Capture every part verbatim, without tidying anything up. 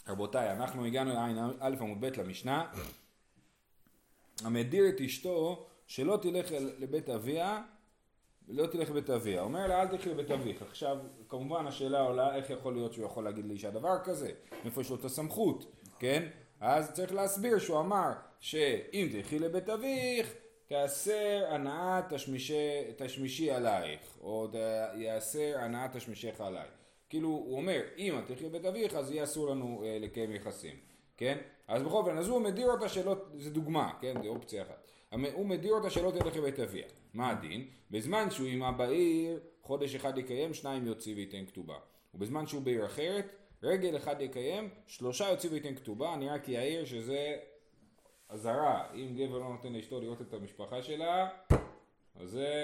רבותיי, אנחנו הגענו לעין א' עמוד ב' למשנה. המדיר את אשתו שלא תלך לבית אביה, לא תלך לבית אביה. אומר לה, אל תלך לבית אביך. עכשיו, כמובן השאלה עולה, איך יכול להיות שהוא יכול להגיד לאישה דבר כזה? מאיפה יש לו את הסמכות, כן? אז צריך להסביר שהוא אמר שאם תלכי לבית אביך, תאסר הנאה תשמישי, תשמישי עלייך, או יאסר הנאה תשמישך עלייך. כאילו הוא אומר, אם את תלכי לבית אביך, אז יהיה אסור לנו אה, לקיים יחסים, כן? אז בכל אופן, אז הוא מדיר אותה שלא, זה דוגמה, כן? זה אופציה אחת. הוא מדיר אותה שלא תלך לבית אביה. מה הדין? בזמן שהוא עמה בעיר, חודש אחד יקיים, שניים יוציא וייתן כתובה. ובזמן שהוא בעיר אחרת, רגל אחד יקיים, שלושה יוציא וייתן כתובה. נראה כי העיר שזה הזרה. אם גבר לא נותן לאשתו לראות את המשפחה שלה, אז זה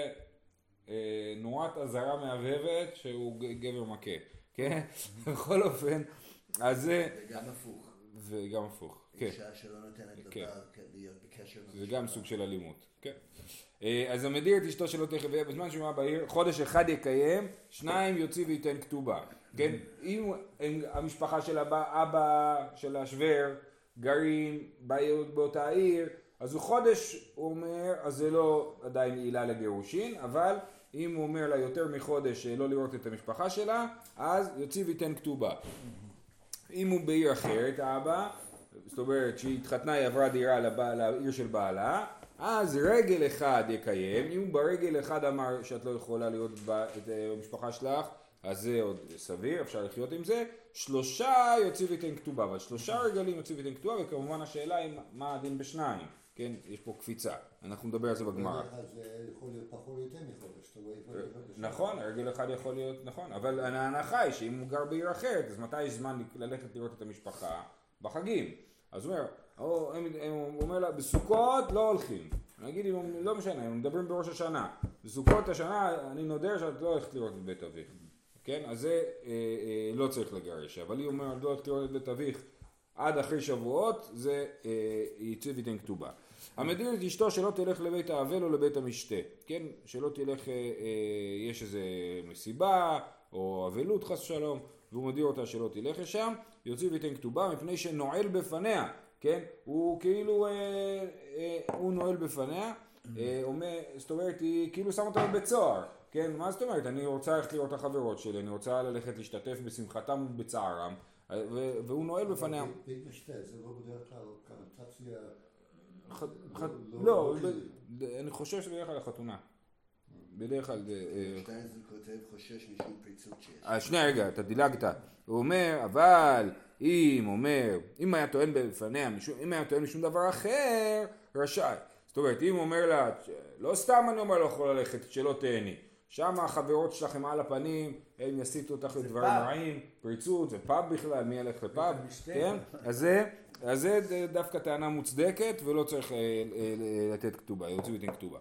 אה, נורת הזרה מהבהבת שהוא גבר מכה. כן? בכל אופן, אז זה... וגם הפוך. וגם הפוך. אישה שלא נותנת לבעל להיות בקשר. זה גם סוג של אלימות. כן. אז המדיר את אשתו שלא תלך לבית בזמן שהוא בעיר, חודש אחד יקיים, שניים יוציא וייתן כתובה. כן? אם המשפחה של אבא של השוור גרים באותה עיר, אז הוא חודש, הוא אומר, אז זה לא עדיין עילה לגירושין, אבל אם הוא אומר לה יותר מחודש לא לראות את המשפחה שלה, אז יוציא וייתן כתובה. אם הוא בעיר אחרת, האבא, זאת אומרת שהיא התחתנה, היא עברה דירה לעיר של בעלה, אז רגל אחד יקיים. אם הוא ברגל אחד אמר שאת לא יכולה להיות את המשפחה שלך, אז זה עוד סביר, אפשר לחיות עם זה. שלושה יוציא וייתן כתובה, אבל שלושה רגלים יוציא וייתן כתובה, וכמובן השאלה היא מה הדין בשניים, כן? יש פה קפיצה, אנחנו נדבר על זה בגמרא. אז יכול להיות פחות יותר מחודש. נכון, רגל אחד יכול להיות, נכון, אבל ההנחה היא שאם הוא גר בעיר אחרת, אז מתי יש זמן ללכת לראות את המשפחה? בחגים. אז הוא אומר, או, הם, הם, הוא אומר לה, בסוכות לא הולכים. נגיד, לא משנה, הם מדברים בראש השנה. בסוכות השנה, אני נודר שאת לא הולכת לראות את בית אביך. כן? אז זה אה, אה, לא צריך לגרש. אבל היא אומרת, לא הולכת לראות את בית אביך עד אחרי שבועות, זה אה, יצא ויתן כתובה. המדיר את אשתו שלא תלך לבית האבל או לבית המשתה. כן? שלא תלך, אה, אה, יש איזה מסיבה, או אבלות חס שלום, והוא מדיר אותה שלא תלך לשם, יוציא ויתן כתובה מפני שנועל בפניה, כן? הוא כאילו, אה, אה, הוא נועל בפניה, אה, אומר, זאת אומרת, היא כאילו שמה אותה בבית סוהר, כן? מה זאת אומרת? אני רוצה ללכת לראות את החברות שלי, אני רוצה ללכת להשתתף בשמחתם ובצערם, והוא נועל בפניה. בית משתה, זה לא בדרך כלל קנטציה... לא, אני חושב שבדרך כלל החתונה. בדרך כלל... שטיין זה כותב חושש משום פריצות שיש. שנייה רגע, אתה דילגת. הוא אומר, אבל אם אומר, אם היה טוען בפניה, אם היה טוען משום דבר אחר, רשאי. זאת אומרת, אם הוא אומר לה, לא סתם אני אומר לא יכול ללכת, שלא תהני. שם החברות שלכם על הפנים, הם יסיטו אותך לדברים רעים, פריצות, זה פאב בכלל, מי ילך לפאב? כן? אז זה... אז זה דווקא טענה מוצדקת ולא צריך לתת כתובה, יוציא ויתן כתובה.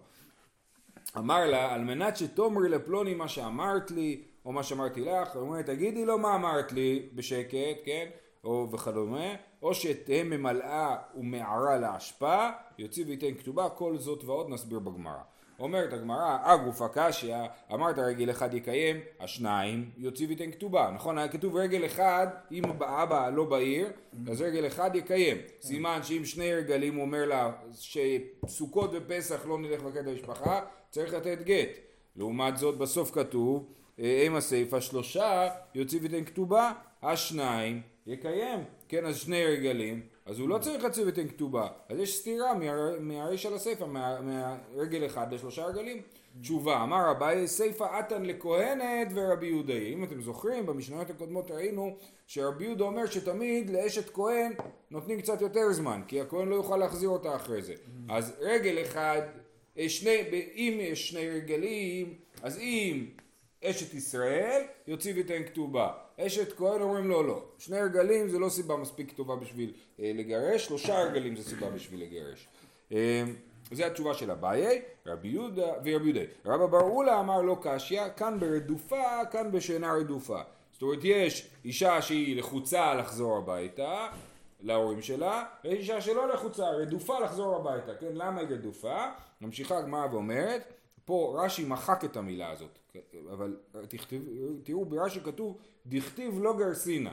אמר לה, על מנת שתאמרי לפלוני מה שאמרת לי, או מה שאמרתי לך, הוא אומר, תגידי לו מה אמרת לי בשקט, כן? או וכדומה, או שתהיה ממלאה ומערה להשפעה, יוציא ויתן כתובה, כל זאת ועוד נסביר בגמרא. אומרת הגמרא, אגופה קשיא, אמרת רגל אחד יקיים, השניים יוציא ויתן כתובה. נכון, היה כתוב רגל אחד, אם אבא לא בעיר, אז רגל אחד יקיים. סימן שאם שני רגלים הוא אומר לה שסוכות ופסח לא נלך לבקר את המשפחה, צריך לתת גט. לעומת זאת בסוף כתוב, אם הסיפה שלושה יוציא ויתן כתובה, השניים יקיים. כן, אז שני רגלים, אז הוא לא צריך להוציא ויתן כתובה. אז יש סתירה מהרי של הסיפה, מהרגל אחד לשלושה רגלים. תשובה, אמר רבי, סיפה עתן לכהנת ורבי יהודה. אם אתם זוכרים, במשניות הקודמות ראינו שרבי יהודה אומר שתמיד לאשת כהן נותנים קצת יותר זמן, כי הכהן לא יוכל להחזיר אותה אחרי זה. אז רגל אחד, שני, אם יש שני רגלים, אז אם אשת ישראל יוציא ויתן כתובה. אשת כהן אומרים לא, לא. שני רגלים זה לא סיבה מספיק טובה בשביל אה, לגרש, שלושה רגלים זה סיבה בשביל לגרש. אה, זו התשובה של אביי, רבי יהודה ורבי יהודה. רבא בר אולה אמר לא קשיא, כאן ברדופה, כאן בשינה רדופה. זאת אומרת, יש אישה שהיא לחוצה לחזור הביתה, להורים שלה, ויש אישה שלא לחוצה, רדופה לחזור הביתה. כן, למה היא רדופה? ממשיכה הגמרא ואומרת, פה רש"י מחק את המילה הזאת, אבל תכתב, תראו ברש"י כתוב דכתיב לא גרסינן,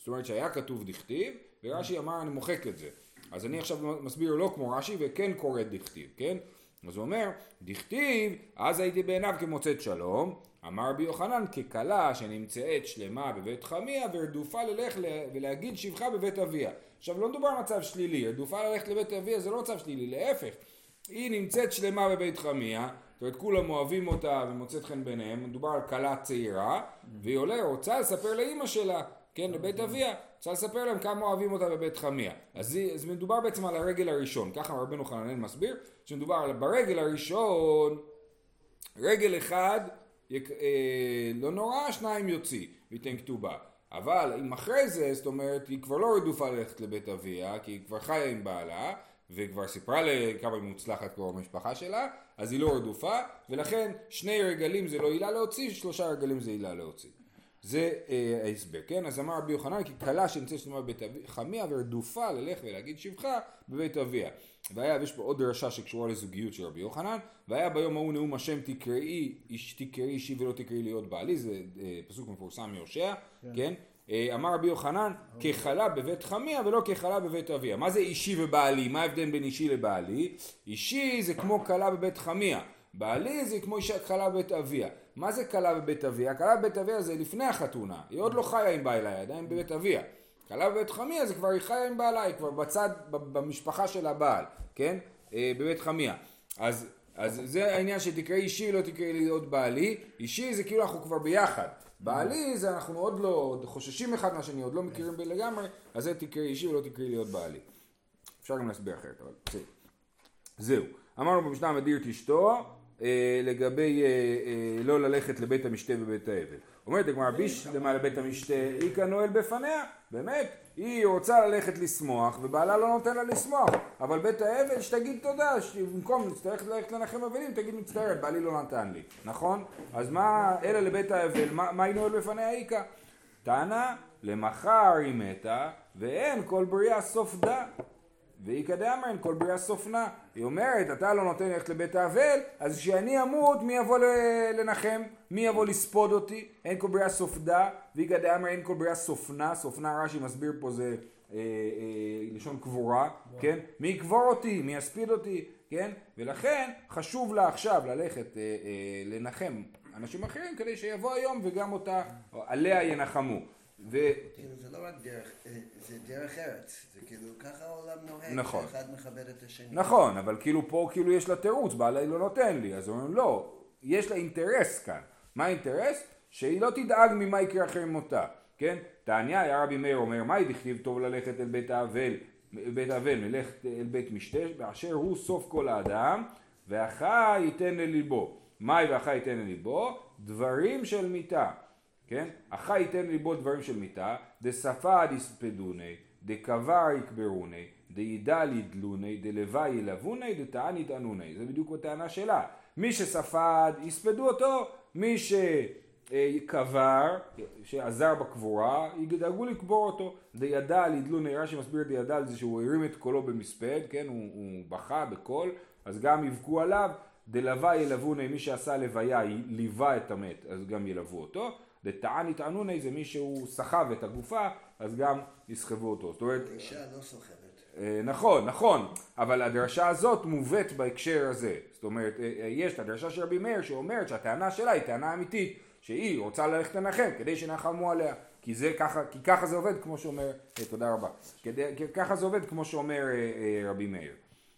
זאת אומרת שהיה כתוב דכתיב, ורש"י אמר אני מוחק את זה. אז אני עכשיו מסביר לא כמו רש"י וכן קורא דכתיב, כן? אז הוא אומר, דכתיב, אז הייתי בעיניו כמוצאת שלום, אמר רבי יוחנן ככלה שנמצאת שלמה בבית חמיה ורדופה ללך ולהגיד שבחה בבית אביה. עכשיו לא מדובר על מצב שלילי, רדופה ללכת לבית אביה זה לא מצב שלילי, להפך. היא נמצאת שלמה בבית חמיה, זאת אומרת כולם אוהבים אותה ומוצאת חן ביניהם, מדובר על כלה צעירה, והיא עולה, רוצה לספר לאמא שלה, כן, לבית אביה, רוצה לספר להם כמה אוהבים אותה בבית חמיה. אז, אז מדובר בעצם על הרגל הראשון, ככה רבנו חננאל מסביר, שמדובר על ברגל הראשון, רגל אחד, יק, אה, לא נורא, שניים יוציא, ויתן כתובה. אבל אם אחרי זה, זאת אומרת, היא כבר לא רדופה ללכת לבית אביה, כי היא כבר חיה עם בעלה, וכבר סיפרה לכמה היא מוצלחת כבר במשפחה שלה, אז היא לא רדופה, ולכן שני רגלים זה לא עילה להוציא, שלושה רגלים זה עילה להוציא. זה אה, ההסבר, כן? אז אמר רבי יוחנן, כי כלה שנמצאת שלמה בבית חמיה ורדופה ללך ולהגיד שבחה בבית אביה. והיה, ויש פה עוד דרשה שקשורה לזוגיות של רבי יוחנן, והיה ביום ההוא נאום השם תקראי, איש תקראי אישי ולא תקראי להיות בעלי, זה אה, פסוק מפורסם מיושע, כן? כן? אה, אמר רבי יוחנן, ככלה בבית חמיה ולא ככלה בבית אביה. מה זה אישי ובעלי? מה ההבדל בין אישי לבעלי? אישי זה כמו כלה בבית חמיה. בעלי זה כמו אישה כלה בבית אביה. מה זה כלה בבית אביה? כלה בבית אביה זה לפני החתונה. היא עוד לא חיה עם בעלה, היא עדיין בבית אביה. כלה בבית חמיה זה כבר היא חיה עם בעלה, היא כבר בצד, במשפחה של הבעל, כן? אה, בבית חמיה. אז, אז זה העניין שתקראי אישי ולא תקראי להיות בעלי. אישי זה כאילו אנחנו כבר ביחד. בעלי זה אנחנו עוד לא חוששים אחד מהשני, עוד לא מכירים לגמרי, אז זה תקראי אישי ולא תקראי להיות בעלי. אפשר גם להסביר אחרת, אבל בסדר. זהו. אמרנו במשנה מדיר את אשתו, אה, לגבי אה, אה, לא ללכת לבית המשתה ובית האבל. אומרת הגמרא ביש למה לבית המשתה, היא כנועל בפניה, באמת, היא רוצה ללכת לשמוח ובעלה לא נותן לה לשמוח, אבל בית האבל שתגיד תודה, במקום להצטרך ללכת לנחם אבלים תגיד מצטערת, בעלי לא נתן לי, נכון? אז מה, אלא לבית האבל, מה, מה היא נועל בפניה איקה? טענה, למחר היא מתה ואין כל בריאה סוף דה. והיא כדאמר אין כל בריאה סופנה. היא אומרת, אתה לא נותן ללכת לבית האבל, אז כשאני אמות, מי יבוא לנחם? מי יבוא לספוד אותי? אין כל בריאה סופדה, והיא כדאמר אין כל בריאה סופנה. סופנה רש"י מסביר פה זה אה, אה, לשון קבורה, כן? מי יקבור אותי? מי יספיד אותי? כן? ולכן חשוב לה עכשיו ללכת אה, אה, לנחם אנשים אחרים, כדי שיבוא היום וגם אותה, עליה ינחמו. ו... זה לא רק דרך, זה דרך ארץ, זה כאילו ככה העולם נוהג, נכון. שאחד מכבד את השני. נכון, אבל כאילו פה כאילו יש לה תירוץ, בעלה היא לא נותן לי, אז אומרים לא, יש לה אינטרס כאן. מה האינטרס? שהיא לא תדאג ממה יקרה אחרי מותה, כן? תעניה, היה רבי מאיר אומר, מה היא דכתיב טוב ללכת אל בית האבל, בית האבל, מלכת אל בית משתה, באשר הוא סוף כל האדם, והחי ייתן לליבו. מהי והחי ייתן לליבו? דברים של מיתה. כן? החי ייתן ליבו דברים של מיתה, דספד יספדוני, דקבר יקברוני, דידל ידלוני, דלוואי ילבוני, דטען יטענוני. זה בדיוק הטענה שלה. מי שספד יספדו אותו, מי שקבר, שעזר בקבורה, ידאגו לקבור אותו. דידל ידלוני, רש"י מסביר דידל זה שהוא הרים את קולו במספד, כן? הוא, הוא בכה בקול, אז גם יבכו עליו. דלוואי ילבוני, מי שעשה לוויה ליווה את המת, אז גם ילוו אותו. דטען יטענוני זה מי שהוא סחב את הגופה, אז גם יסחבו אותו. זאת אומרת, אישה לא סוחבת. נכון, נכון, אבל הדרשה הזאת מובאת בהקשר הזה. זאת אומרת, יש את הדרשה של רבי מאיר שאומרת שהטענה שלה היא טענה אמיתית, שהיא רוצה ללכת לנחם כדי שנחמו עליה, כי זה ככה, כי ככה זה עובד כמו שאומר, תודה רבה, כדי, ככה זה עובד כמו שאומר רבי מאיר.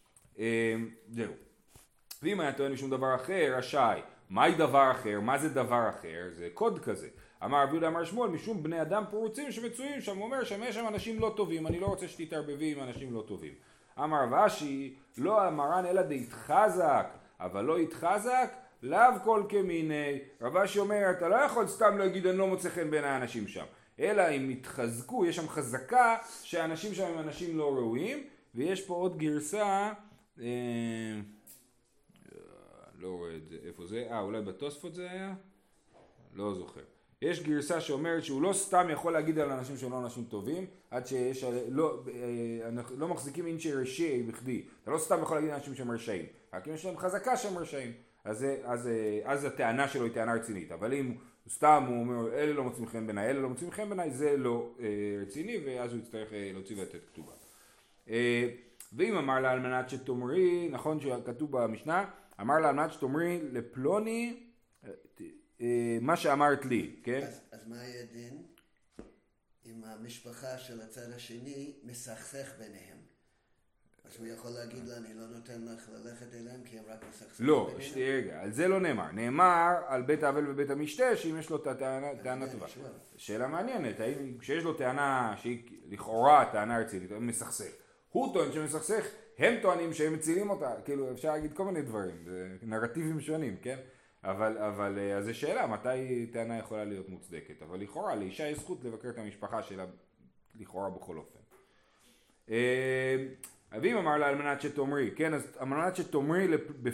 זהו. ואם היה טוען משום דבר אחר, רשאי. מהי דבר אחר? מה זה דבר אחר? זה קוד כזה. אמר רבי יהודה אמר שמואל, משום בני אדם פרוצים שמצויים שם, הוא אומר שם יש שם אנשים לא טובים, אני לא רוצה שתתערבבי עם אנשים לא טובים. אמר רב אשי, לא אמרן אלא דהתחזק, אבל לא התחזק, לאו כל כמיני. רב אשי אומר, אתה לא יכול סתם להגיד אני לא מוצא חן בין האנשים שם, אלא אם יתחזקו, יש שם חזקה שהאנשים שם הם אנשים לא ראויים, ויש פה עוד גרסה, אה, לא רואה את זה, איפה זה? אה, אולי בתוספות זה היה? לא זוכר. יש גרסה שאומרת שהוא לא סתם יכול להגיד על אנשים שהם לא אנשים טובים, עד שיש, לא, לא מחזיקים אינשי רשעי בכדי. אתה לא סתם יכול להגיד על אנשים שהם רשעים. רק אם יש להם חזקה שהם רשעים. אז, אז, אז הטענה שלו היא טענה רצינית. אבל אם סתם הוא אומר, אלה לא מוצאים חן בעיניי, אלה לא מוצאים חן בעיניי, זה לא אה, רציני, ואז הוא יצטרך אה, להוציא ולתת כתובה. אה, ואם אמר לה על מנת שתאמרי, נכון שכתוב במשנה, אמר לה על מנת שתאמרי לפלוני אה, אה, מה שאמרת לי, כן? אז, אז מה יהיה דין אם המשפחה של הצד השני מסכסך ביניהם? אז הוא יכול להגיד לה, אני לא נותן לך ללכת אליהם כי הם רק מסכסכים לא, ביניהם? שתי רגע, על זה לא נאמר. נאמר על בית האבל ובית המשתה, שאם יש לו טענה, טענה טובה. שאלה מעניינת, האם כשיש לו טענה שהיא לכאורה טענה רצינית, הוא מסכסך. הוא טוען שמסכסך, הם טוענים שהם מצילים אותה. כאילו, אפשר להגיד כל מיני דברים, זה נרטיבים שונים, כן? אבל, אבל, אז זו שאלה, מתי טענה יכולה להיות מוצדקת? אבל לכאורה, לאישה יש זכות לבקר את המשפחה שלה, לכאורה בכל אופן. ואם אמר לה על מנת שתאמרי, כן, אז על מנת שתאמרי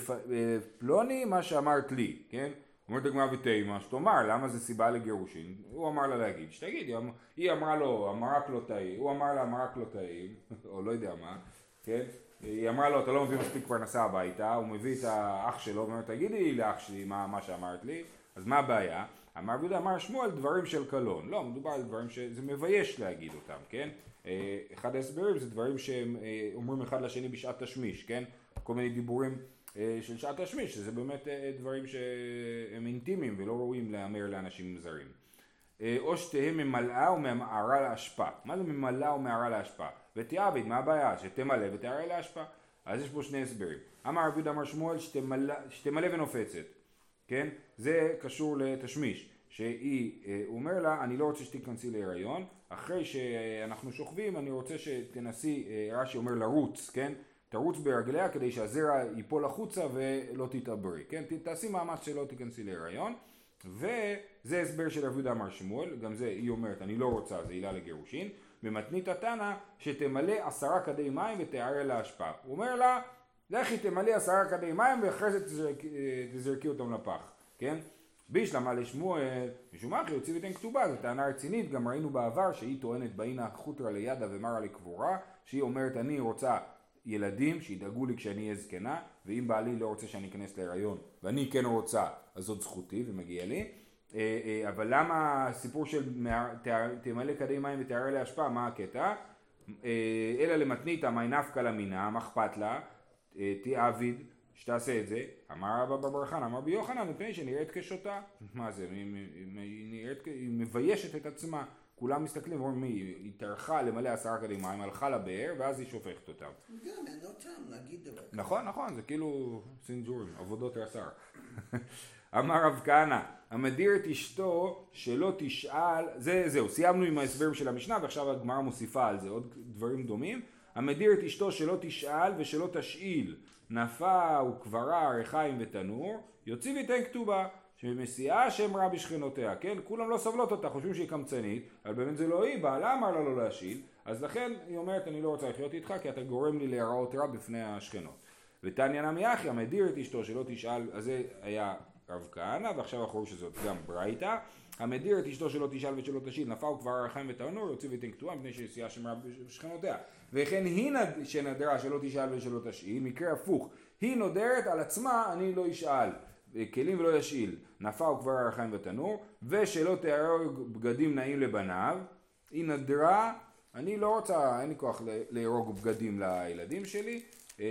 לפלוני מה שאמרת לי, כן? אומרת הגמרא ותימא, שתאמר, למה זה סיבה לגירושין? הוא אמר לה להגיד, שתגיד, היא אמרה לו, המרק לא טעים, הוא אמר לה, המרק לא טעים, או לא יודע מה, כן? היא אמרה לו, אתה לא מביא מספיק פרנסה הביתה, הוא מביא את האח שלו, ואומר, תגידי לאח שלי מה, מה שאמרת לי, אז מה הבעיה? אמר ויהודה, אמר שמואל דברים של קלון, לא, מדובר על דברים שזה מבייש להגיד אותם, כן? אחד ההסברים זה דברים שהם אומרים אחד לשני בשעת תשמיש, כן? כל מיני דיבורים של שעת תשמיש, שזה באמת דברים שהם אינטימיים ולא ראויים לאמר לאנשים זרים. או שתהיה ממלאה או ממערה להשפעה. מה זה ממלאה או ממערה להשפעה? ותעבד, מה הבעיה? שתמלא ותערה להשפעה. אז יש פה שני הסברים. אמר רבי יהודה אמר שמואל שתמלא ונופצת, כן? זה קשור לתשמיש. שהיא, הוא אומר לה, אני לא רוצה שתיכנסי להיריון, אחרי שאנחנו שוכבים, אני רוצה שתנסי, רש"י אומר לרוץ, כן? תרוץ ברגליה כדי שהזרע ייפול החוצה ולא תתעברי, כן? תעשי מאמץ שלא תיכנסי להיריון, וזה הסבר של רבי יהודה אמר שמואל, גם זה היא אומרת, אני לא רוצה, זה עילה לגירושין, במתנית התנא שתמלא עשרה כדי מים ותערה להשפעה. הוא אומר לה, לכי תמלא עשרה כדי מים ואחרי זה תזרקי, תזרקי אותם לפח, כן? בישלמה לשמואל, משום מה יוציא ותן כתובה, זו טענה רצינית, גם ראינו בעבר שהיא טוענת באינה חוטרה לידה ומרה לקבורה, שהיא אומרת אני רוצה ילדים שידאגו לי כשאני אהיה זקנה, ואם בעלי לא רוצה שאני אכנס להיריון ואני כן רוצה, אז זאת זכותי ומגיע לי. אבל למה הסיפור של תמלא כדי מים ותערה להשפעה, מה הקטע? אלא למתנית מי נפקא למינה, מה אכפת לה, תעביד שתעשה את זה. אמר רבא בר חנא, אמר רבי יוחנן, מפני שנראית כשוטה. מה זה? היא נראית, היא מביישת את עצמה. כולם מסתכלים ואומרים, מי? היא טרחה למלא עשרה כדי מים, הלכה לבאר ואז היא שופכת אותם. גם אין לו טעם להגיד דבר. נכון, נכון, זה כאילו סינג'ורים, עבודות רס"ר. אמר רב כהנא, המדיר את אשתו שלא תשאל, זה, זהו, סיימנו עם ההסברים של המשנה ועכשיו הגמרא מוסיפה על זה עוד דברים דומים. המדיר את אשתו שלא תשאל ושלא תשאיל, נפה וקברה, ריחיים ותנור, יוציא ויתן כתובה, שמסיעה שם רע בשכנותיה, כן? כולם לא סבלות אותה, חושבים שהיא קמצנית, אבל באמת זה לא היא, בעלה אמר לה לא להשאיל, אז לכן היא אומרת אני לא רוצה לחיות איתך כי אתה גורם לי להיראות רע בפני השכנות. ותניא נמי אחי, המדיר את אשתו שלא תשאל, אז זה היה רב כהנא, ועכשיו אנחנו רואים שזאת גם ברייתא, המדיר את אשתו שלא תשאל ושלא תשאיל, נפה וקברה, ריחיים ותנור, יוציא ויתן כתובה מפני שמסיעה שם רע בשכנותיה. וכן היא שנדרה שלא תשאל ושלא תשאיל, מקרה הפוך, היא נודרת על עצמה אני לא אשאל. כלים ולא ישאיל, נפה וקברה ריחיים ותנור, ושלא תהרוג בגדים נעים לבניו, היא נדרה, אני לא רוצה, אין לי כוח להרוג בגדים לילדים שלי,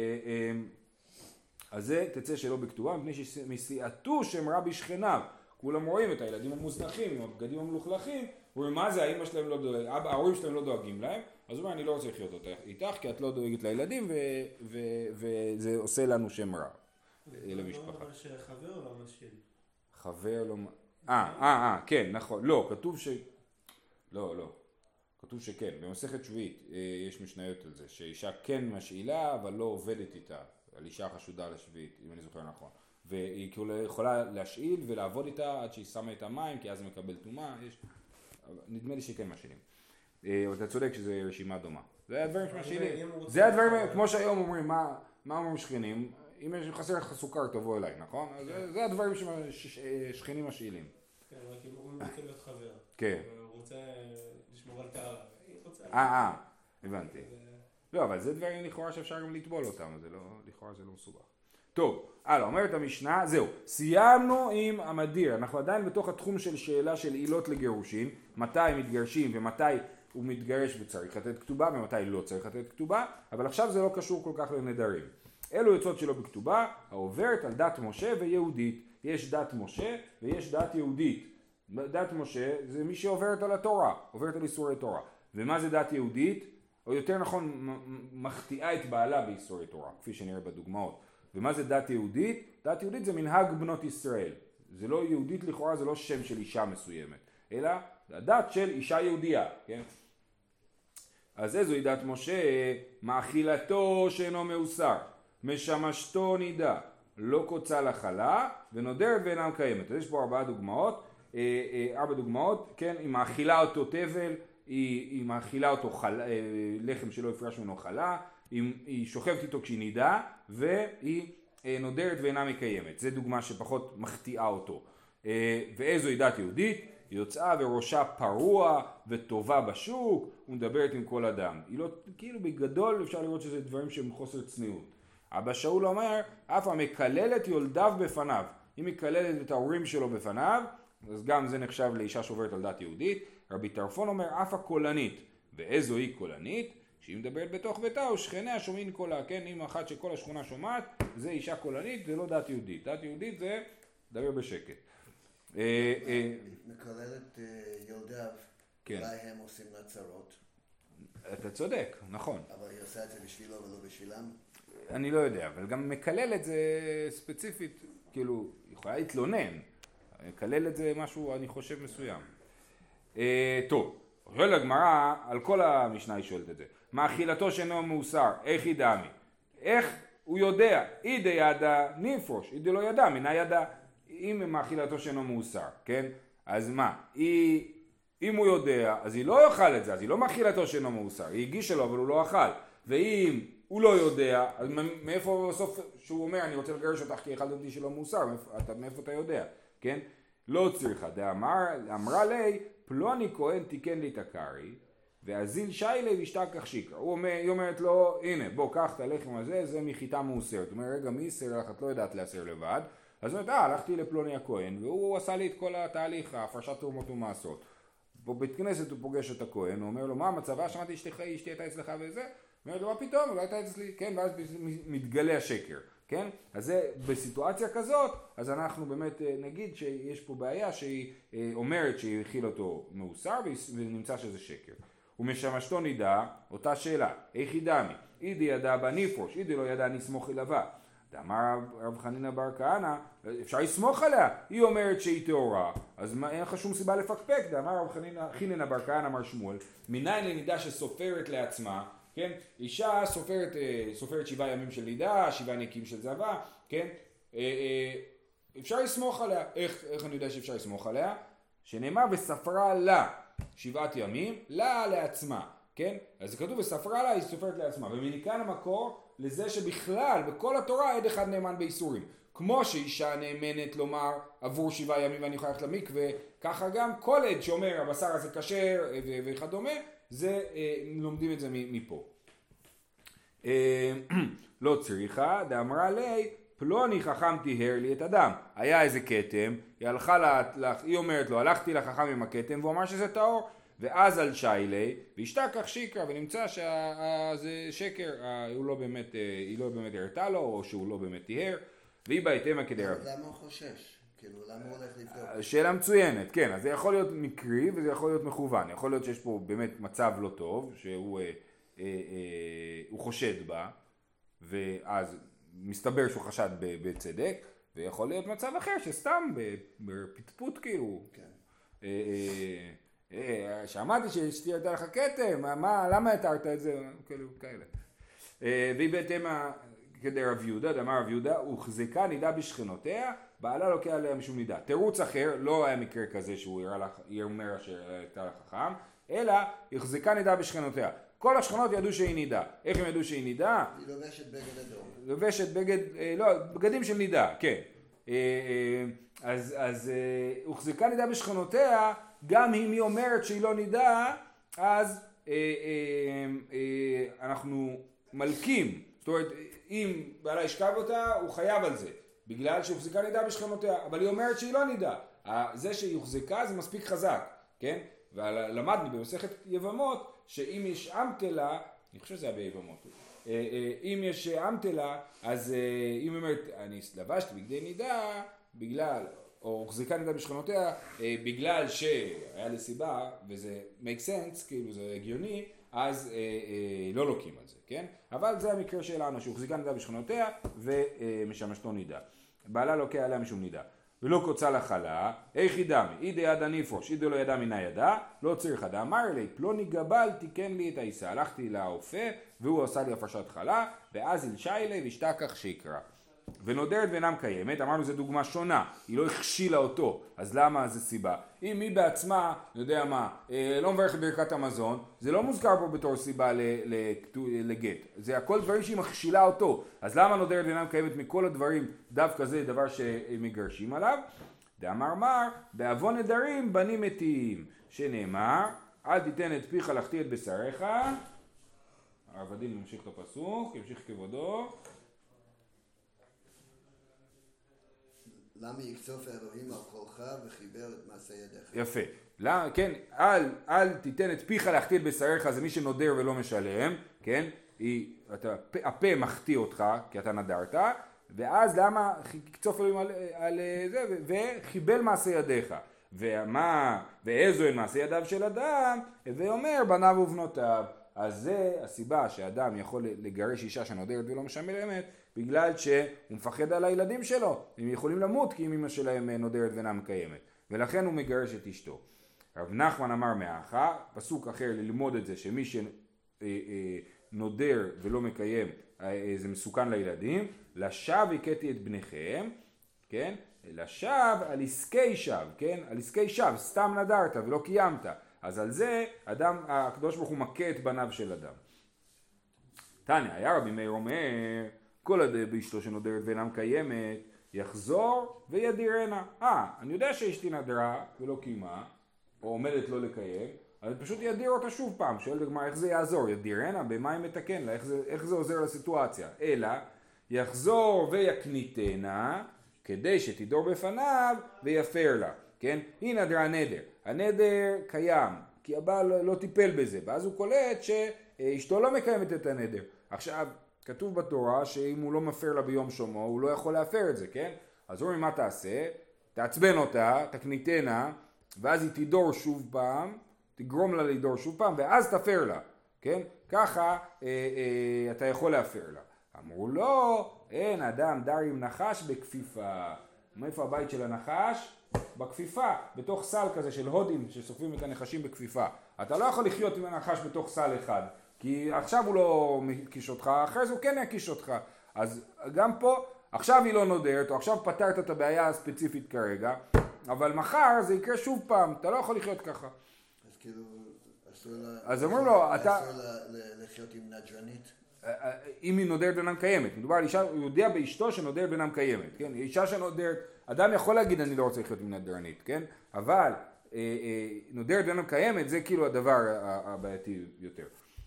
אז זה תצא שלא בכתובה, מפני שמסיעתו שם רע בשכניו, כולם רואים את הילדים המוזנחים, עם הבגדים המלוכלכים, אומרים מה זה, האמא שלהם לא דואג, ההורים שלהם לא דואגים להם, אז הוא אומר אני לא רוצה לחיות איתך, כי את לא דואגת לילדים, וזה עושה לנו שם רע. למשפחה. לא אומר שחבר לא משאיל. חבר לא... אה, אה, אה, כן, נכון. לא, כתוב ש... לא, לא. כתוב שכן. במסכת שביעית יש משניות על זה, שאישה כן משאילה, אבל לא עובדת איתה. על אישה חשודה על השביעית, אם אני זוכר נכון. והיא כאילו יכולה להשאיל ולעבוד איתה עד שהיא שמה את המים, כי אז היא מקבל תומה. יש... נדמה לי שכן משאילים. אבל אתה צודק שזה רשימה דומה. זה הדברים שמשאילים. זה הדברים, כמו שהיום אומרים, מה אומרים שכנים? אם יש חסר לך סוכר תבוא אליי, נכון? זה הדברים ששכנים משאילים. כן, רק אם הוא רוצה להיות חבר. כן. הוא רוצה לשמור על טהרה. אה, אה, הבנתי. לא, אבל זה דברים לכאורה שאפשר גם לטבול אותם, לכאורה זה לא מסובך. טוב, הלאה, אומרת המשנה, זהו, סיימנו עם המדיר, אנחנו עדיין בתוך התחום של שאלה של עילות לגירושין, מתי מתגרשים ומתי הוא מתגרש וצריך לתת כתובה ומתי לא צריך לתת כתובה, אבל עכשיו זה לא קשור כל כך לנדרים. אלו יוצאות שלא בכתובה, העוברת על דת משה ויהודית. יש דת משה ויש דת יהודית. דת משה זה מי שעוברת על התורה, עוברת על איסורי תורה. ומה זה דת יהודית? או יותר נכון, מחטיאה את בעלה באיסורי תורה, כפי שנראה בדוגמאות. ומה זה דת יהודית? דת יהודית זה מנהג בנות ישראל. זה לא יהודית לכאורה, זה לא שם של אישה מסוימת, אלא הדת של אישה יהודייה, כן? אז איזו היא דת משה? מאכילתו שאינו מאוסר, משמשתו נידה, לא קוצה לחלה, ונודרת ואינה מקיימת. אז יש פה ארבעה דוגמאות, ארבע דוגמאות, כן? היא מאכילה אותו תבל, היא, היא מאכילה אותו חלה, לחם שלא יפרש ממנו חלה, היא, היא שוכבת איתו כשהיא נידה, והיא נודרת ואינה מקיימת. זו דוגמה שפחות מחטיאה אותו. ואיזו היא דת יהודית? היא יוצאה וראשה פרוע וטובה בשוק, ומדברת עם כל אדם. היא לא, כאילו בגדול אפשר לראות שזה דברים שהם חוסר צניעות. אבא שאול אומר, אף המקללת יולדיו בפניו. היא מקללת את ההורים שלו בפניו, אז גם זה נחשב לאישה שעוברת על דת יהודית. רבי טרפון אומר, אף הקולנית. ואיזו היא קולנית? שהיא מדברת בתוך ביתה, ושכניה שומעים קולה, כן? אם אחת שכל השכונה שומעת, זה אישה קולנית, זה לא דת יהודית. דת יהודית זה דבר בשקט. מקללת ילדיו, אולי הם עושים נצרות. אתה צודק, נכון. אבל היא עושה את זה בשבילו ולא בשבילם? אני לא יודע, אבל גם מקללת זה ספציפית, כאילו, יכולה להתלונן. מקללת זה משהו, אני חושב, מסוים. טוב, שואל הגמרא, על כל המשנה היא שואלת את זה. מאכילתו שאינו מאוסר, איך היא דמי? איך הוא יודע? אידי ידע נפרוש, אידי לא ידע, מנה ידע. אם מאכילתו שאינו מאוסר, כן? אז מה? היא, אם הוא יודע, אז היא לא יאכל את זה, אז היא לא מאכילתו שאינו מאוסר, היא הגישה לו אבל הוא לא אכל. ואם הוא לא יודע, אז מאיפה בסוף שהוא אומר, אני רוצה לגרש אותך כי אכלת אותי שלא מאוסר, מאיפה, מאיפה אתה יודע, כן? לא צריכה, דאמר, אמרה לי, פלוני כהן תיקן לי את הקרי, ואזיל שיילי וישתכח שיקרא. הוא אומר, היא אומרת לו, הנה, בוא, קח את הלחם הזה, זה מחיטה מאוסרת. הוא אומר, רגע, מי יסר לך? את לא יודעת להסר לבד. אז הוא אומר, אה, הלכתי לפלוני הכהן, והוא עשה לי את כל התהליך, הפרשת תרומות ומעשרות. בבית כנסת הוא פוגש את הכהן, הוא אומר לו, מה המצבה? שמעתי אשתך, אשתי הייתה אצלך וזה? הוא אומר לו, מה פתאום? אולי הייתה אצלי, כן, ואז מתגלה השקר, כן? אז זה, בסיטואציה כזאת, אז אנחנו באמת נגיד שיש פה בעיה שהיא אומרת שהיא הכיל אותו מאוסר, ונמצא שזה שקר. ומשמשתו נידה, אותה שאלה, איך היא דמי? אידי ידע בניפרוש, אידי לא ידע נסמוך אלבה. דאמר רב חנינא בר כהנא, אפשר לסמוך עליה, היא אומרת שהיא טהורה, אז מה, אין לך שום סיבה לפקפק. דאמר רב חנינא בר כהנא אמר שמואל, מניין לנידה שסופרת לעצמה, כן? אישה סופרת, סופרת שבעה ימים של נידה, שבעה נקים של זבה, כן? אפשר לסמוך עליה. איך, איך אני יודע שאפשר לסמוך עליה? שנאמר וספרה לה שבעת ימים, לה לעצמה, כן? אז כתוב וספרה לה, היא סופרת לעצמה, ומניקן המקור לזה שבכלל בכל התורה עד אחד נאמן באיסורים. כמו שאישה נאמנת לומר עבור שבעה ימים ואני יכולה ללכת למקווה, ככה גם כל עד שאומר הבשר הזה כשר וכדומה, זה, לומדים את זה מפה. לא צריכה, דאמרה לי, פלוני חכם טיהר לי את הדם. היה איזה כתם, היא הלכה לה, היא אומרת לו, הלכתי לחכם עם הכתם, והוא אמר שזה טהור. ואז על שיילי, והשתכח שיקרא, ונמצא שזה שקר, הוא לא באמת, היא לא באמת הראתה לו, או שהוא לא באמת טיהר, והיא בהתאמה כדי רב. למה הוא חושש? כאילו, למה הוא הולך לבדוק? שאלה מצוינת, כן, אז זה יכול להיות מקרי, וזה יכול להיות מכוון. יכול להיות שיש פה באמת מצב לא טוב, שהוא אה, אה, אה, הוא חושד בה, ואז מסתבר שהוא חשד בצדק, ויכול להיות מצב אחר שסתם בפטפוט כאילו. כן. אה, אה, שמעתי שאשתי הייתה לך כתם, מה, למה התארת את זה? כאילו, כאלה. והיא בהתאמה כדי רב יהודה, אמר רב יהודה, הוחזקה נידה בשכנותיה, בעלה לוקח עליה משום נידה. תירוץ אחר, לא היה מקרה כזה שהוא אומר שהייתה לך חכם, אלא הוחזקה נידה בשכנותיה. כל השכנות ידעו שהיא נידה. איך הם ידעו שהיא נידה? היא לובשת בגד אדום. לובשת בגד, לא, בגדים של נידה, כן. אז, אז הוחזקה נידה בשכנותיה, גם אם היא אומרת שהיא לא נידה, אז אה, אה, אה, אנחנו מלקים זאת אומרת, אם בעלה ישכב אותה, הוא חייב על זה, בגלל שהוחזקה נידה בשכנותיה, אבל היא אומרת שהיא לא נידה. זה שהיא הוחזקה זה מספיק חזק, כן? ולמדנו במסכת יבמות, שאם יש אמתלה, אני חושב שזה היה ביבמות, אם יש אמתלה, אז אם אומרת, אני לבשתי בגדי נידה, בגלל, או הוחזקה נידה בשכנותיה, בגלל שהיה לי סיבה, וזה make sense, כאילו זה הגיוני, אז לא לוקים על זה, כן? אבל זה המקרה שלנו, שהוחזקה נידה בשכנותיה, ומשמשתו נידה. בעלה לוקח עליה משום נידה. ולא קוצה לחלה, איך ידמי, אידי ידה נפרוש, אידי לא ידה מן ידה, לא צריך ידה, אמר לי, פלוני גבל, תיקן לי את העיסה, הלכתי לאופה, והוא עשה לי הפרשת חלה, ואז הלשה אלי והשתכח שיקרא. ונודרת ואינם קיימת, אמרנו זו דוגמה שונה, היא לא הכשילה אותו, אז למה זה סיבה? אם היא בעצמה, אני יודע מה, לא מברך ברכת המזון, זה לא מוזכר פה בתור סיבה לגט, זה הכל דברים שהיא מכשילה אותו, אז למה נודרת ואינם קיימת מכל הדברים, דווקא זה דבר שמגרשים עליו? דאמר מר, בעוון נדרים בנים מתים, שנאמר, אל תיתן את פיך לחטיא את בשריך, העבדים ממשיך את הפסוק, ימשיך כבודו, למה יקצוף האלוהים על קולך וחיבר את מעשה ידיך? יפה. למה, כן, אל, אל תיתן את פיך להחטיא את בשריך, זה מי שנודר ולא משלם, כן? היא, אתה, הפה מחטיא אותך, כי אתה נדרת, ואז למה יקצוף אלוהים על, על זה, וחיבל מעשה ידיך. ומה, ואיזו הן מעשה ידיו של אדם, ואומר בניו ובנותיו. אז זה הסיבה שאדם יכול לגרש אישה שנודרת ולא משלמת, בגלל שהוא מפחד על הילדים שלו, הם יכולים למות כי אם אמא שלהם נודרת ואינה מקיימת, ולכן הוא מגרש את אשתו. רב נחמן אמר מאחה, פסוק אחר ללמוד את זה, שמי שנודר ולא מקיים זה מסוכן לילדים, לשווא הכיתי את בניכם, כן? לשווא על עסקי שווא, כן? על עסקי שווא, סתם נדרת ולא קיימת, אז על זה אדם, הקדוש ברוך הוא מכה את בניו של אדם. תניא, היה רבי מאיר אומר, כל עד באשתו שנודרת ואינה מקיימת, יחזור וידירנה. אה, אני יודע שאשתי נדרה ולא קיימה, או עומדת לא לקיים, אז פשוט ידיר אותה שוב פעם. שואל דגמר, איך זה יעזור? ידירנה, במה היא מתקן לה? איך זה, איך זה עוזר לסיטואציה? אלא, יחזור ויקניתנה, כדי שתדור בפניו ויפר לה. כן? היא נדרה נדר. הנדר קיים, כי הבעל לא, לא טיפל בזה, ואז הוא קולט שאשתו לא מקיימת את הנדר. עכשיו, כתוב בתורה שאם הוא לא מפר לה ביום שומו, הוא לא יכול להפר את זה, כן? אז אומרים, מה תעשה? תעצבן אותה, תקניתנה, ואז היא תדור שוב פעם, תגרום לה לדור שוב פעם, ואז תפר לה, כן? ככה אה, אה, אתה יכול להפר לה. אמרו לא, אין אדם דר עם נחש בכפיפה. מאיפה הבית של הנחש? בכפיפה, בתוך סל כזה של הודים שסוחבים את הנחשים בכפיפה. אתה לא יכול לחיות עם הנחש בתוך סל אחד. כי עכשיו הוא לא מקיש אותך, אחרי זה הוא כן יקיש אותך. אז גם פה, עכשיו היא לא נודרת, או עכשיו פתרת את הבעיה הספציפית כרגע, אבל מחר זה יקרה שוב פעם, אתה לא יכול לחיות ככה. אז כאילו, אסור לה... אז אומרים לו, אתה... אסור לה לחיות עם נדרנית? אם היא נודרת ואינה מקיימת. מדובר על אישה, הוא יודע באשתו שנודרת ואינה מקיימת, כן? אישה שנודרת, אדם יכול להגיד אני לא רוצה לחיות עם נדרנית, כן? אבל אה, אה, נודרת ואינה מקיימת, זה כאילו הדבר הבעייתי יותר.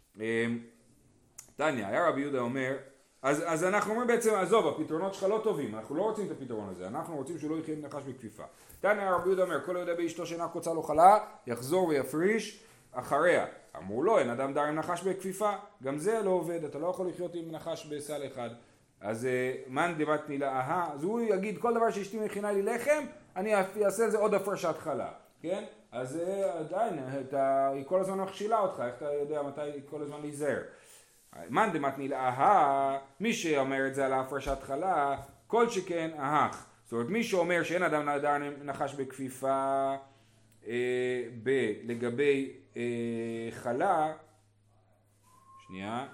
תניא, היה רבי יהודה אומר, אז, אז אנחנו אומרים בעצם, עזוב, הפתרונות שלך לא טובים, אנחנו לא רוצים את הפתרון הזה, אנחנו רוצים שהוא לא יחיה עם נחש בכפיפה. תניא, רבי יהודה אומר, כל היודע באשתו שאינה קוצה לו חלה, יחזור ויפריש אחריה. אמרו לו, אין אדם דר עם נחש בכפיפה, גם זה לא עובד, אתה לא יכול לחיות עם נחש בסל אחד. אז מן דמתני לה, אז הוא יגיד, כל דבר שאשתי מכינה לי לחם, אני אעשה לזה עוד הפרשת חלה, כן? אז עדיין, היא כל הזמן מכשילה אותך, איך אתה יודע מתי כל הזמן להיזהר. מן דמתני לה, מי שאומר את זה על ההפרשת חלה, כל שכן אהך. זאת אומרת, מי שאומר שאין אדם דר נחש בכפיפה, אה, ב, לגבי אה, חלה, שנייה,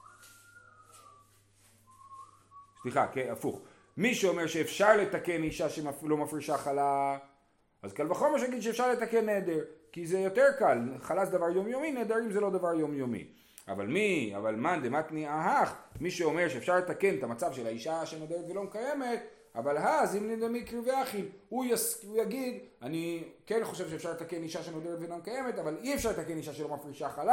סליחה, כן, הפוך. מי שאומר שאפשר לתקן אישה שלא מפרישה חלה, אז קל וחומר שיגיד שאפשר לתקן נדר, כי זה יותר קל, חלה זה דבר יומיומי, נדרים זה לא דבר יומיומי. אבל מי, אבל מן דמתני אהך, מי שאומר שאפשר לתקן את המצב של האישה שנודרת ולא מקיימת, אבל אז אם נדמי קריבי אחים, הוא, יס, הוא יגיד, אני כן חושב שאפשר לתקן אישה שנודרת ולא מקיימת, אבל אי אפשר לתקן אישה שלא מפרישה חלה,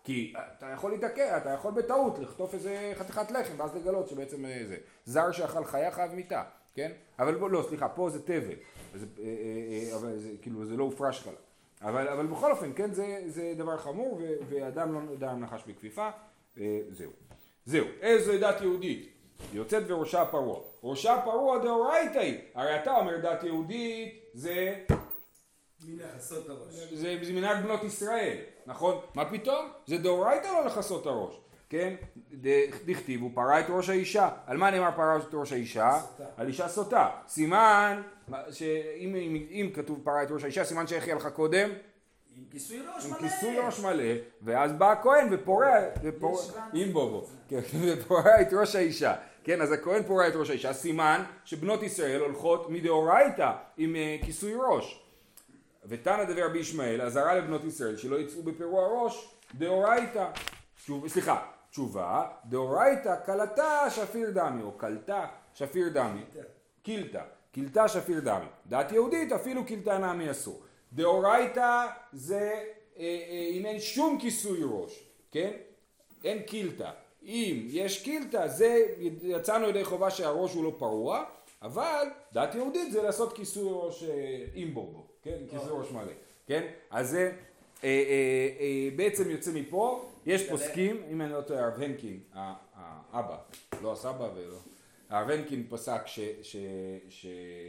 כי אתה יכול להתעכב, אתה יכול בטעות לחטוף איזה חתיכת לחם ואז לגלות שבעצם זה זר שאכל חיה חייב מיתה, כן? אבל בוא, לא, סליחה, פה זה תבל, זה, אבל זה, כאילו זה לא הופרש חלה. אבל, אבל בכל אופן, כן, זה, זה דבר חמור, ו, ואדם לא יודע אם נחש בכפיפה, זהו. זהו, איזו דת יהודית? יוצאת וראשה פרעה. ראשה פרעה דאורייתא היא. הרי אתה אומר דת יהודית זה... מלכסות הראש. זה, זה מנהג בנות ישראל, נכון? מה פתאום? זה דאורייתא לא לכסות הראש, כן? דכתיבו פרע את ראש האישה. על מה נאמר פרע את ראש האישה? סוטה. על אישה סוטה. סימן, שאם אם, אם כתוב פרע את ראש האישה, סימן שהכי לך קודם? עם כיסוי ראש עם מלא. עם כיסוי ראש מלא, ואז בא הכהן ופורע, ופורע עם בובו, כן, ופורע את ראש האישה. כן, אז הכהן פורע את ראש האישה, סימן שבנות ישראל הולכות מדאורייתא עם uh, כיסוי ראש. ותנא דבר רבי ישמעאל, אזהרה לבנות ישראל שלא יצאו בפירוע ראש, דאורייתא. סליחה, תשובה, דאורייתא קלטה שפיר דמי, או קלטה שפיר דמי. קילטה, קילטה שפיר דמי. דת יהודית אפילו קילטה נמי אסור. דאורייתא זה אה, אה, אם אין שום כיסוי ראש, כן? אין קילטה. אם יש קילטה, זה יצאנו ידי חובה שהראש הוא לא פרוע, אבל דת יהודית זה לעשות כיסוי ראש אה, עם בורבו, כן? כיסוי ראש מלא, כן? אז זה אה, אה, אה, בעצם יוצא מפה, יש פוסקים, אם אני לא טועה, הרב הנקין, האבא, לא הסבא ולא, הרב הנקין פסק ש... ש, ש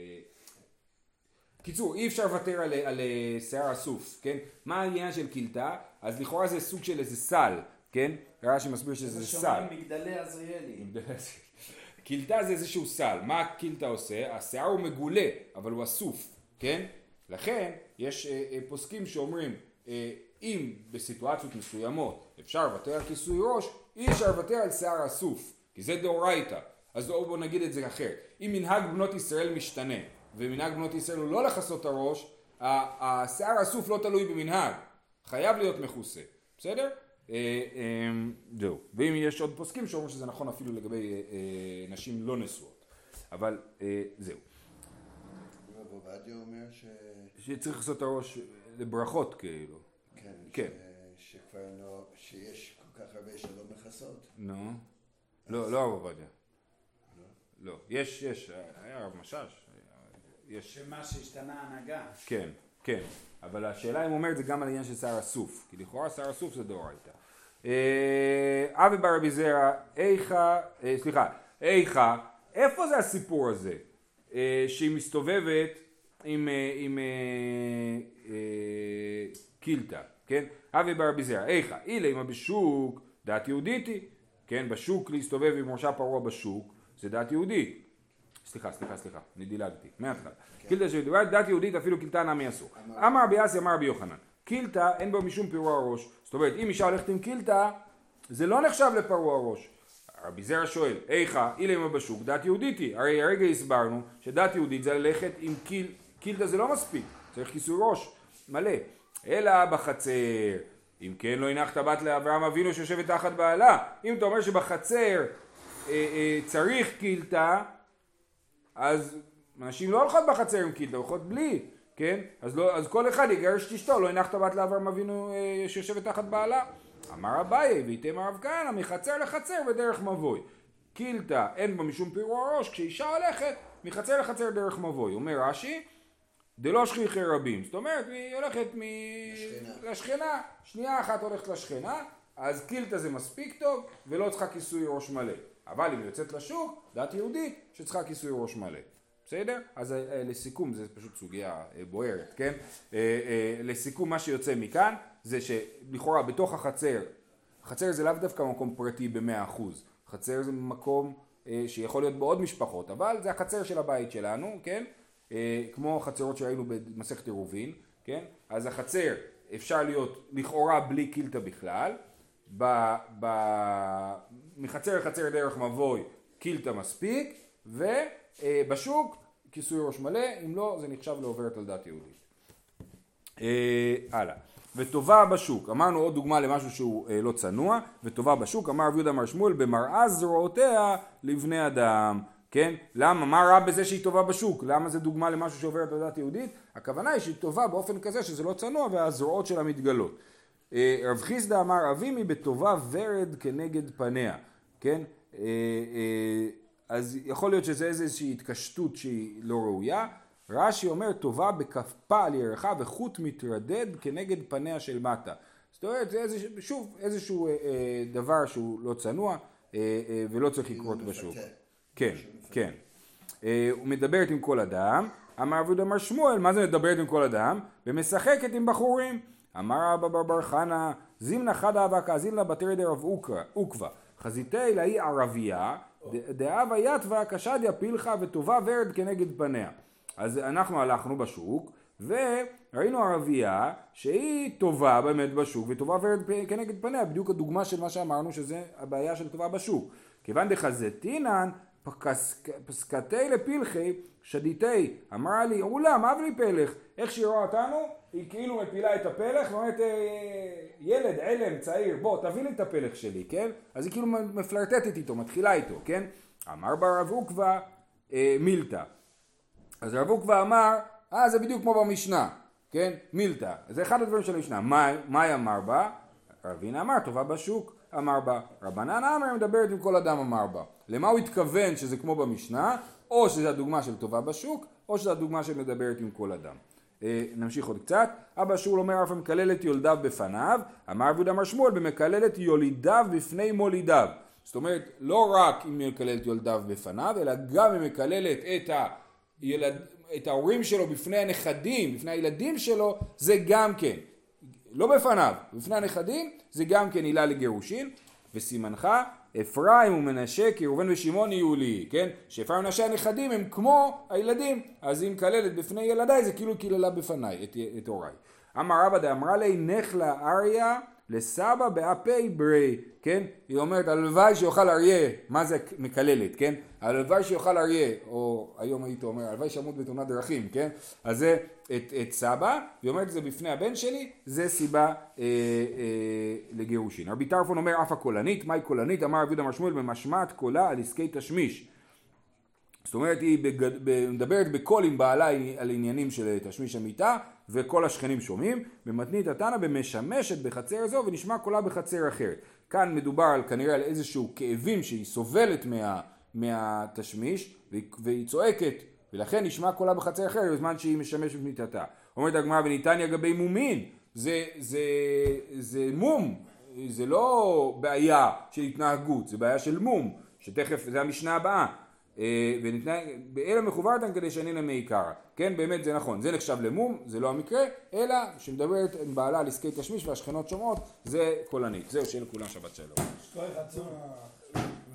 קיצור, אי אפשר לוותר על, על שיער הסוף, כן? מה העניין של קילטה? אז לכאורה זה סוג של איזה סל, כן? רש"י מסביר שזה סל. שומעים מגדלי עזריאלי. קילטה זה איזשהו סל. מה הקילטה עושה? השיער הוא מגולה, אבל הוא אסוף, כן? לכן יש אה, אה, פוסקים שאומרים, אה, אם בסיטואציות מסוימות אפשר לוותר על כיסוי ראש, אי אפשר לוותר על שיער אסוף, כי זה דאורייתא. אז בואו נגיד את זה אחר. אם מנהג בנות ישראל משתנה, ומנהג בנות ישראל הוא לא לכסות הראש, השיער האסוף לא תלוי במנהג, חייב להיות מכוסה, בסדר? זהו, ואם יש עוד פוסקים שאומרים שזה נכון אפילו לגבי נשים לא נשואות, אבל זהו. רב עובדיה אומר ש... שצריך לכסות הראש לברכות כאילו. כן, כן. שכבר לא, שיש כל כך הרבה שלא מכסות. נו, לא, לא רב עובדיה. לא, יש, יש, היה רב משש. יש... שמה שהשתנה ההנהגה. כן, כן. אבל השאלה אם הוא אומר את זה גם על העניין של שיער הסוף. כי לכאורה שיער הסוף זה דאורייתא. אבי בר רבי זרע, איכה, סליחה, איכה, איפה זה הסיפור הזה? שהיא מסתובבת עם, עם קילטה, כן? אבי בר רבי זרע, איכה, אילה אם בשוק, דת יהודיתי, כן? בשוק להסתובב עם ראשה פרעה בשוק, זה דת יהודית. סליחה, סליחה, סליחה, אני דילגתי, מההתחלה. קילטה של דת יהודית אפילו קילטה נמי אסור. אמר רבי אסי, אמר רבי יוחנן, קילטה אין בו משום פירוע ראש. זאת אומרת, אם אישה הולכת עם קילטה, זה לא נחשב לפרוע ראש. רבי זרע שואל, איכה, אילה אם בשוק, דת יהודית היא. הרי הרגע הסברנו שדת יהודית זה ללכת עם קיל, קילטה זה לא מספיק, צריך כיסוי ראש מלא. אלא בחצר, אם כן לא הנחת בת לאברהם אבינו שיושבת תחת בעלה. אם אתה אומר שבחצר אה, אה, צריך קילטה, אז אנשים לא הולכות בחצר עם קילטה, הולכות בלי, כן? אז, לא, אז כל אחד יגרש את אשתו, לא הנחת בת לאברהם אבינו אה, שיושבת תחת בעלה. אמר אביי, ויתם הרב כהנא, מחצר לחצר בדרך מבוי. קילטה אין בה משום פירוע ראש, כשאישה הולכת מחצר לחצר דרך מבוי. אומר רש"י, דלא שכיחי רבים. זאת אומרת, היא הולכת מ... לשכנה. לשכנה. שנייה אחת הולכת לשכנה, אז קילטה זה מספיק טוב, ולא צריכה כיסוי ראש מלא. אבל אם יוצאת לשוק, דת יהודית שצריכה כיסוי ראש מלא. בסדר? אז לסיכום, זה פשוט סוגיה בוערת, כן? לסיכום, מה שיוצא מכאן, זה שלכאורה בתוך החצר, חצר זה לאו דווקא מקום פרטי ב-מאה אחוז. חצר זה מקום שיכול להיות בעוד משפחות, אבל זה החצר של הבית שלנו, כן? כמו חצרות שראינו במסכת עירובין, כן? אז החצר אפשר להיות לכאורה בלי קילטה בכלל, ב, ב, מחצר לחצר דרך מבוי קילטה מספיק, ובשוק כיסוי ראש מלא, אם לא זה נחשב לעוברת על דת יהודית. הלאה. וטובה בשוק, אמרנו עוד דוגמה למשהו שהוא אה, לא צנוע, וטובה בשוק, אמר רב יהודה אמר שמואל, במראה זרועותיה לבני אדם, כן? למה? מה רע בזה שהיא טובה בשוק? למה זה דוגמה למשהו שעוברת על דת יהודית? הכוונה היא שהיא טובה באופן כזה שזה לא צנוע והזרועות שלה מתגלות. רב חיסדא אמר אבימי בטובה ורד כנגד פניה, כן? אז יכול להיות שזה איזושהי התקשטות שהיא לא ראויה. רש"י אומר טובה בכפה על ירחה וחוט מתרדד כנגד פניה של מטה. זאת אומרת, זה איזשהו, שוב, איזשהו אה, דבר שהוא לא צנוע אה, אה, ולא צריך לקרות בשוק. כן, כן. אה, הוא מדברת עם כל אדם. אמר רב יהודה אמר שמואל, מה זה מדברת עם כל אדם? ומשחקת עם בחורים. אמר רבא בר בר חנא, זימנה חדה אבקה, זימנה בתרי דרב עוקבא. חזיתי להיא ערבייה, דאבה יתווה קשדיה פילחה וטובה ורד כנגד פניה. אז אנחנו הלכנו בשוק, וראינו ערבייה שהיא טובה באמת בשוק, וטובה ורד כנגד פניה, בדיוק הדוגמה של מה שאמרנו שזה הבעיה של טובה בשוק. כיוון דחזתינן, פסקתי לפילחי, שדיתי, אמרה לי, אולה, מה אבלי פלח? איך שהיא רואה אותנו, היא כאילו מפילה את הפלח, ואומרת, ילד, אלם, צעיר, בוא, תביא לי את הפלח שלי, כן? אז היא כאילו מפלרטטת איתו, מתחילה איתו, כן? אמר בר רב עוקבא מילתא. אז רב עוקבא אמר, אה, זה בדיוק כמו במשנה, כן? מילתא. זה אחד הדברים של המשנה. מה, מה אמר בה? רבינה אמר, טובה בשוק, אמר בה. רבנן אמר, מדברת עם כל אדם, אמר בה. למה הוא התכוון שזה כמו במשנה? או שזה הדוגמה של טובה בשוק, או שזה הדוגמה של מדברת עם כל אדם. אה, נמשיך עוד קצת. אבא שאול אומר, אף מקללת יולדיו בפניו, אמר רב יהודה אמר שמואל, במקללת יולידיו בפני מולידיו. זאת אומרת, לא רק אם היא מקללת יולדיו בפניו, אלא גם אם מקללת את ה... ילד, את ההורים שלו בפני הנכדים, בפני הילדים שלו, זה גם כן, לא בפניו, בפני הנכדים, זה גם כן עילה לגירושין. וסימנך, אפרים ומנשה כי ראובן ושמעון יהיו לי, כן? שאפרים ומנשה הנכדים הם כמו הילדים, אז אם כללת בפני ילדיי זה כאילו כללה בפניי את, את הוריי. אמר רבא דאמרה לי נחלה אריה לסבא באפי ברי, כן? היא אומרת הלוואי שיוכל אריה, מה זה מקללת, כן? הלוואי שיוכל אריה, או היום היית אומר הלוואי שמות בתאונת דרכים, כן? אז זה את, את סבא, והיא אומרת את זה בפני הבן שלי, זה סיבה אה, אה, לגירושין. רבי טרפון אומר אף הקולנית, מהי קולנית? אמר רבי יהודה אמר שמואל במשמעת קולה על עסקי תשמיש. זאת אומרת היא בגד... מדברת בקול עם בעלה על עניינים של תשמיש המיטה וכל השכנים שומעים. במתנית התנא במשמשת בחצר זו ונשמע קולה בחצר אחרת. כאן מדובר על כנראה על איזשהו כאבים שהיא סובלת מה... מהתשמיש והיא צועקת ולכן נשמע קולה בחצר אחרת בזמן שהיא משמשת במיטתה. אומרת הגמרא וניתניה גבי מומין, זה, זה, זה מום, זה לא בעיה של התנהגות, זה בעיה של מום, שתכף זה המשנה הבאה. ואלה מחוברתן כדי שנינא מעיקרא. כן, באמת זה נכון, זה נחשב למום, זה לא המקרה, אלא שמדברת עם בעלה על עסקי תשמיש והשכנות שומעות, זה קולנית. זהו, שיהיה לכולם שבת שלום.